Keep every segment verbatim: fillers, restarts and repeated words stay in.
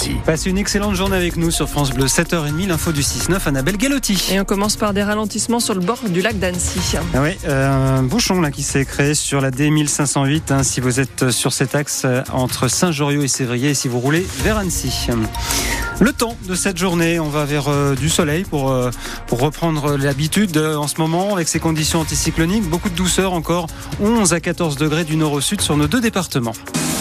d'Annecy. Passez une excellente journée avec nous sur France Bleu, sept heures trente, l'info du six neuf, Annabelle Galotti. Et on commence par des ralentissements sur le bord du lac d'Annecy. Ah oui, euh, un bouchon là qui s'est créé sur la D mille cinq cent huit, hein, si vous êtes sur cet axe euh, entre Saint-Joriot et Sévrier, et si vous roulez vers Annecy. Le temps de cette journée, on va vers euh, du soleil pour, euh, pour reprendre l'habitude euh, en ce moment avec ces conditions anticycloniques. Beaucoup de douceur encore, onze à quatorze degrés du nord au sud sur nos deux départements.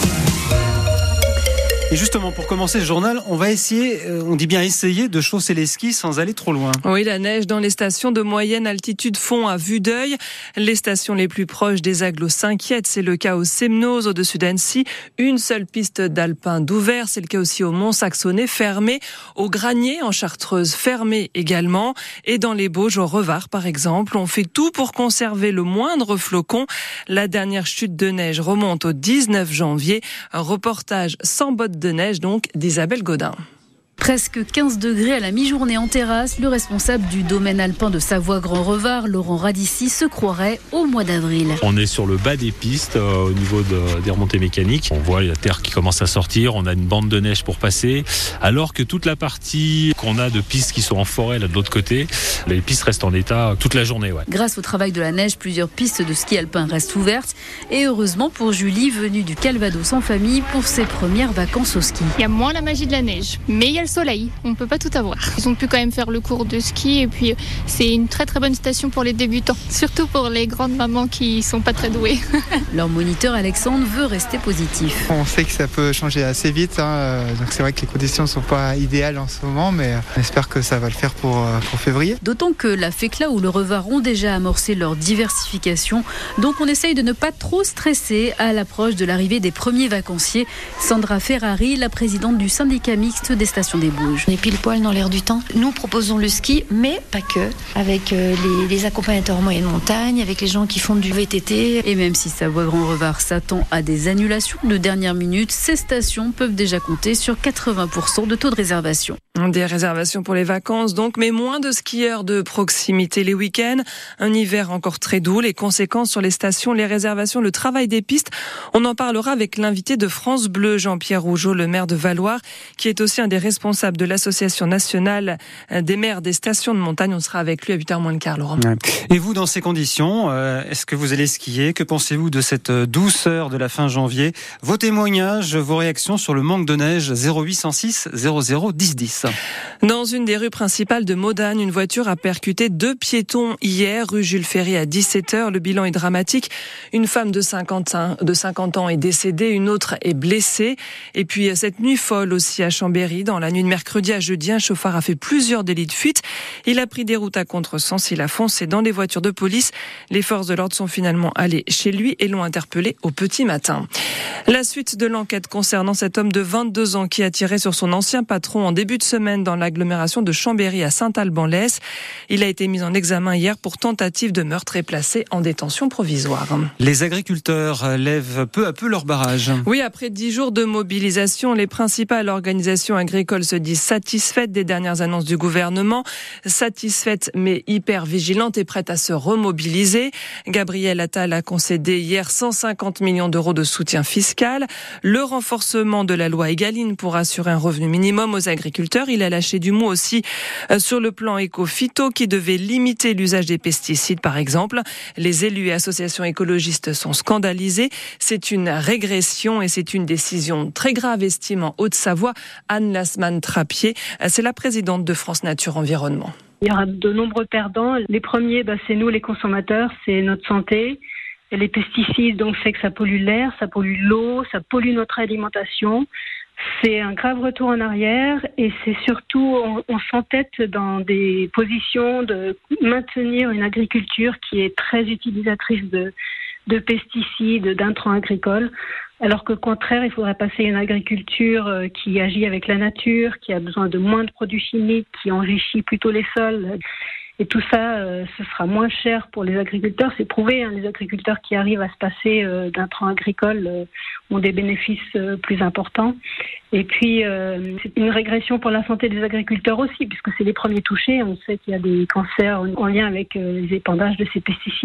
Et justement, pour commencer ce journal, on va essayer, on dit bien essayer, de chausser les skis sans aller trop loin. Oui, la neige dans les stations de moyenne altitude fond à vue d'œil. Les stations les plus proches des agglos s'inquiètent. C'est le cas au Semnoz, au-dessus d'Annecy. Une seule piste d'alpin d'ouvert. C'est le cas aussi au Mont-Saxonnet, fermé. Au Granier, en Chartreuse, fermé également. Et dans les Bauges, au Revard, par exemple, on fait tout pour conserver le moindre flocon. La dernière chute de neige remonte au dix-neuf janvier. Un reportage sans bottes de neige donc d'Isabelle Godin. Presque quinze degrés à la mi-journée en terrasse, le responsable du domaine alpin de Savoie-Grand-Revard, Laurent Radici, se croirait au mois d'avril. On est sur le bas des pistes euh, au niveau de, des remontées mécaniques. On voit la terre qui commence à sortir, on a une bande de neige pour passer, alors que toute la partie qu'on a de pistes qui sont en forêt là de l'autre côté, les pistes restent en état toute la journée. Ouais. Grâce au travail de la neige, plusieurs pistes de ski alpin restent ouvertes. Et heureusement pour Julie, venue du Calvados en famille pour ses premières vacances au ski. Il y a moins la magie de la neige, mais il y a le soleil, on peut pas tout avoir. Ils ont pu quand même faire le cours de ski et puis c'est une très très bonne station pour les débutants, surtout pour les grandes mamans qui sont pas très douées. Leur moniteur Alexandre veut rester positif. On sait que ça peut changer assez vite, hein. Donc c'est vrai que les conditions sont pas idéales en ce moment, mais on espère que ça va le faire pour, pour février. D'autant que la Fécla ou le Revard ont déjà amorcé leur diversification, donc on essaye de ne pas trop stresser à l'approche de l'arrivée des premiers vacanciers. Sandra Ferrari, la présidente du syndicat mixte des stations des Bouges. On est pile poil dans l'air du temps. Nous proposons le ski, mais pas que, avec les, les accompagnateurs en moyenne montagne, avec les gens qui font du V T T. Et même si Savoie-Grand-Revard s'attend à des annulations de dernière minute, ces stations peuvent déjà compter sur quatre-vingts pour cent de taux de réservation. Des réservations pour les vacances donc, mais moins de skieurs de proximité les week-ends. Un hiver encore très doux, les conséquences sur les stations, les réservations, le travail des pistes. On en parlera avec l'invité de France Bleu, Jean-Pierre Rougeau, le maire de Valloire, qui est aussi un des responsables de l'association nationale des maires des stations de montagne. On sera avec lui à huit heures moins le quart, Laurent. Et vous, dans ces conditions, euh, est-ce que vous allez skier ? Que pensez-vous de cette douceur de la fin janvier ? Vos témoignages, vos réactions sur le manque de neige, zéro huit cent six zéro zéro dix dix. Dans une des rues principales de Modane, une voiture a percuté deux piétons hier, rue Jules Ferry à dix-sept heures. Le bilan est dramatique. Une femme de cinquante ans est décédée, une autre est blessée. Et puis cette nuit folle aussi à Chambéry, dans la nuit de mercredi à jeudi, un chauffard a fait plusieurs délits de fuite. Il a pris des routes à contresens, il a foncé dans des voitures de police. Les forces de l'ordre sont finalement allées chez lui et l'ont interpellé au petit matin. La suite de l'enquête concernant cet homme de vingt-deux ans qui a tiré sur son ancien patron en début de semaine dans l'agglomération de Chambéry à Saint-Alban-l'Hesse. Il a été mis en examen hier pour tentative de meurtre et placé en détention provisoire. Les agriculteurs lèvent peu à peu leur barrage. Oui, après dix jours de mobilisation, les principales organisations agricoles se disent satisfaites des dernières annonces du gouvernement. Satisfaites mais hyper vigilantes et prêtes à se remobiliser. Gabriel Attal a concédé hier cent cinquante millions d'euros de soutien fiscal. Le renforcement de la loi Egalim pour assurer un revenu minimum aux agriculteurs. Il a lâché du mot aussi sur le plan éco-phyto qui devait limiter l'usage des pesticides par exemple. Les élus et associations écologistes sont scandalisés. C'est une régression et c'est une décision très grave, estime en Haute-Savoie Anne Lasman-Trappier. C'est la présidente de France Nature Environnement. Il y aura de nombreux perdants. Les premiers, bah, c'est nous les consommateurs, c'est notre santé. Et les pesticides, donc, c'est que ça pollue l'air, ça pollue l'eau, ça pollue notre alimentation. C'est un grave retour en arrière et c'est surtout, on, on s'entête dans des positions de maintenir une agriculture qui est très utilisatrice de, de pesticides, d'intrants agricoles, alors qu'au contraire, il faudrait passer à une agriculture qui agit avec la nature, qui a besoin de moins de produits chimiques, qui enrichit plutôt les sols. Et tout ça, euh, ce sera moins cher pour les agriculteurs. C'est prouvé, hein, les agriculteurs qui arrivent à se passer euh, d'intrants agricoles euh, ont des bénéfices euh, plus importants. Et puis, euh, c'est une régression pour la santé des agriculteurs aussi, puisque c'est les premiers touchés. On sait qu'il y a des cancers en lien avec euh, les épandages de ces pesticides.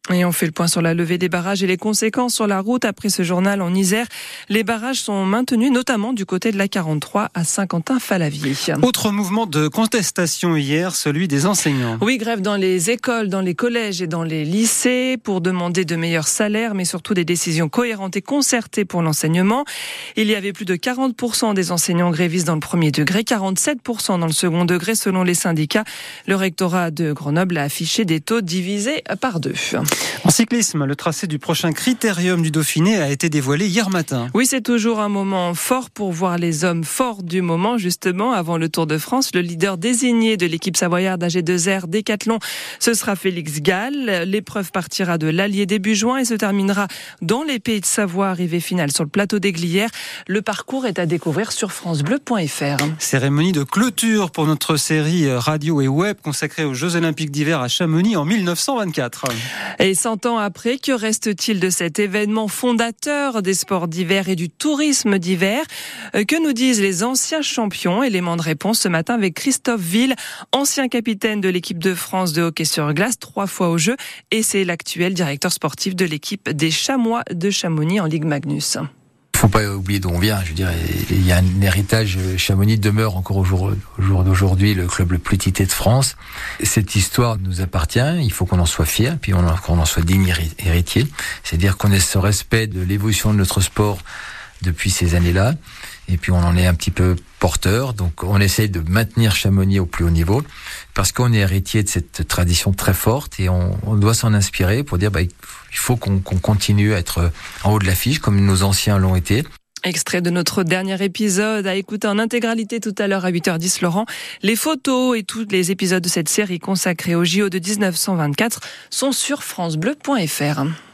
Et on fait le point sur la levée des barrages et les conséquences sur la route. Après ce journal en Isère, les barrages sont maintenus, notamment du côté de la quarante-trois à Saint-Quentin-Fallavier. Autre mouvement de contestation hier, celui des enseignants. Oui, grève dans les écoles, dans les collèges et dans les lycées pour demander de meilleurs salaires, mais surtout des décisions cohérentes et concertées pour l'enseignement. Il y avait plus de quarante pour cent des enseignants grévistes dans le premier degré, quarante-sept pour cent dans le second degré selon les syndicats. Le rectorat de Grenoble a affiché des taux divisés par deux. En cyclisme, le tracé du prochain critérium du Dauphiné a été dévoilé hier matin. Oui, c'est toujours un moment fort pour voir les hommes forts du moment. Justement, avant le Tour de France, le leader désigné de l'équipe savoyarde A G deux R Décathlon, ce sera Félix Gall. L'épreuve partira de l'Allier début juin et se terminera dans les Pays de Savoie, arrivée finale sur le plateau des Glières. Le parcours est à découvrir sur francebleu point f r. Cérémonie de clôture pour notre série radio et web consacrée aux Jeux Olympiques d'hiver à Chamonix en mille neuf cent vingt-quatre. Et cent ans après, que reste-t-il de cet événement fondateur des sports d'hiver et du tourisme d'hiver? Que nous disent les anciens champions? Élément de réponse ce matin avec Christophe Ville, ancien capitaine de l'équipe de France de hockey sur glace, trois fois aux Jeux, et c'est l'actuel directeur sportif de l'équipe des Chamois de Chamonix en Ligue Magnus. Il ne faut pas oublier d'où on vient. Je veux dire, il y a un héritage. Chamonix demeure encore au jour, au jour d'aujourd'hui le club le plus tité de France. Cette histoire nous appartient. Il faut qu'on en soit fier, puis qu'on en soit digne héritier. C'est-à-dire qu'on ait ce respect de l'évolution de notre sport depuis ces années-là. Et puis on en est un petit peu porteur. Donc on essaye de maintenir Chamonix au plus haut niveau parce qu'on est héritier de cette tradition très forte et on, on doit s'en inspirer pour dire bah, il faut qu'on, qu'on continue à être en haut de l'affiche comme nos anciens l'ont été. Extrait de notre dernier épisode à écouter en intégralité tout à l'heure à huit heures dix, Laurent. Les photos et tous les épisodes de cette série consacrée au J O de dix-neuf cent vingt-quatre sont sur francebleu point f r.